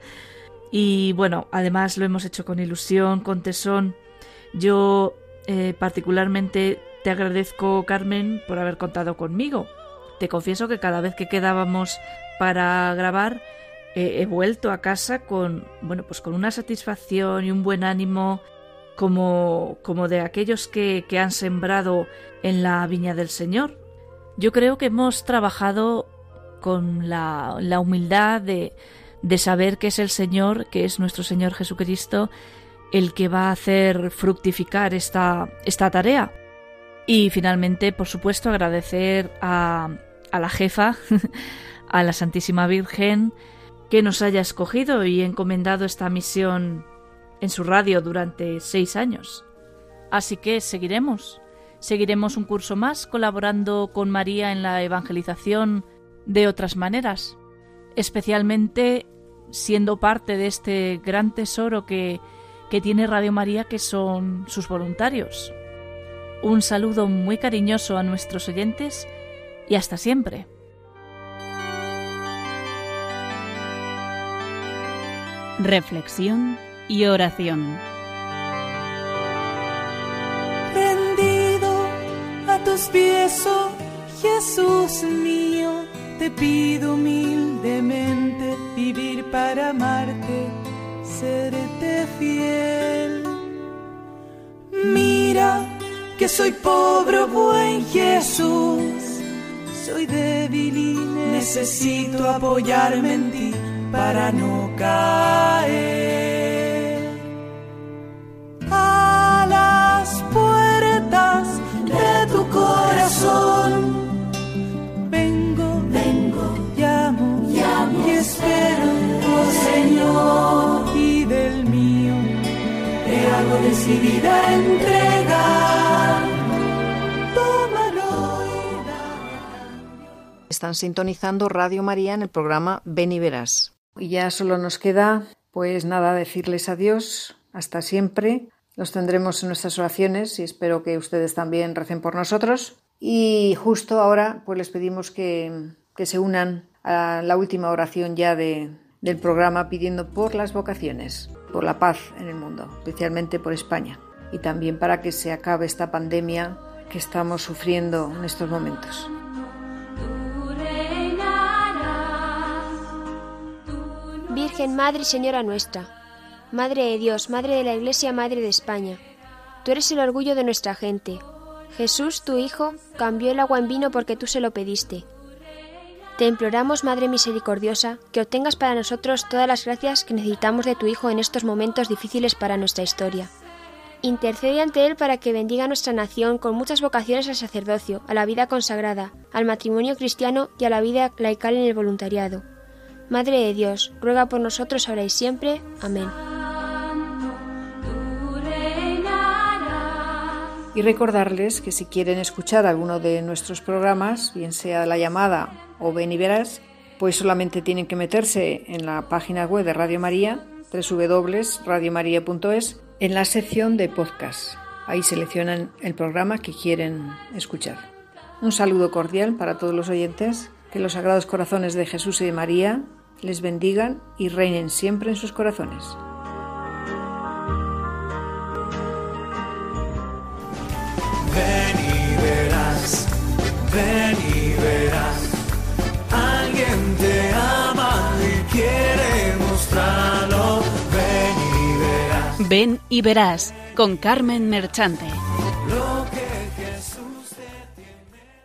Y bueno, además lo hemos hecho con ilusión, con tesón. Yo particularmente te agradezco, Carmen, por haber contado conmigo. Te confieso que cada vez que quedábamos para grabar he vuelto a casa con una satisfacción y un buen ánimo como de aquellos que han sembrado en la viña del Señor. Yo creo que hemos trabajado con la humildad de saber que es el Señor, que es nuestro Señor Jesucristo, el que va a hacer fructificar esta tarea. Y finalmente, por supuesto, agradecer a la jefa, a la Santísima Virgen, que nos haya escogido y encomendado esta misión en su radio durante 6 años. Así que seguiremos un curso más colaborando con María en la evangelización de otras maneras. especialmente siendo parte de este gran tesoro que tiene Radio María, que son sus voluntarios. Un saludo muy cariñoso a nuestros oyentes y hasta siempre. Reflexión y oración. Rendido a tus pies, oh Jesús mío, te pido humildemente vivir para amarte, serte fiel. Mira que soy pobre, buen Jesús, soy débil y necesito apoyarme en ti para no caer. A las puertas de tu corazón vengo, llamo y espero, oh Señor, y del mío te hago decidida entrega. Tómalo y dame. Están sintonizando Radio María en el programa Ven y Verás. Y ya solo nos queda, pues nada, decirles adiós, hasta siempre. Los tendremos en nuestras oraciones y espero que ustedes también recen por nosotros. Y justo ahora, pues les pedimos que se unan a la última oración ya del programa, pidiendo por las vocaciones, por la paz en el mundo, especialmente por España, y también para que se acabe esta pandemia que estamos sufriendo en estos momentos. Virgen Madre y Señora nuestra, Madre de Dios, Madre de la Iglesia, Madre de España, tú eres el orgullo de nuestra gente. Jesús, tu Hijo, cambió el agua en vino porque tú se lo pediste. Te imploramos, Madre misericordiosa, que obtengas para nosotros todas las gracias que necesitamos de tu Hijo en estos momentos difíciles para nuestra historia. Intercede ante Él para que bendiga a nuestra nación con muchas vocaciones al sacerdocio, a la vida consagrada, al matrimonio cristiano y a la vida laical en el voluntariado. Madre de Dios, ruega por nosotros ahora y siempre. Amén. Y recordarles que si quieren escuchar alguno de nuestros programas, bien sea La Llamada o Ven y Verás, pues solamente tienen que meterse en la página web de Radio María, www.radiomaria.es, en la sección de podcast. Ahí seleccionan el programa que quieren escuchar. Un saludo cordial para todos los oyentes, que los sagrados corazones de Jesús y de María les bendigan y reinen siempre en sus corazones. Ven y verás, alguien te ama y quiere mostrarlo. Ven y verás. Ven y Verás, con Carmen Merchante.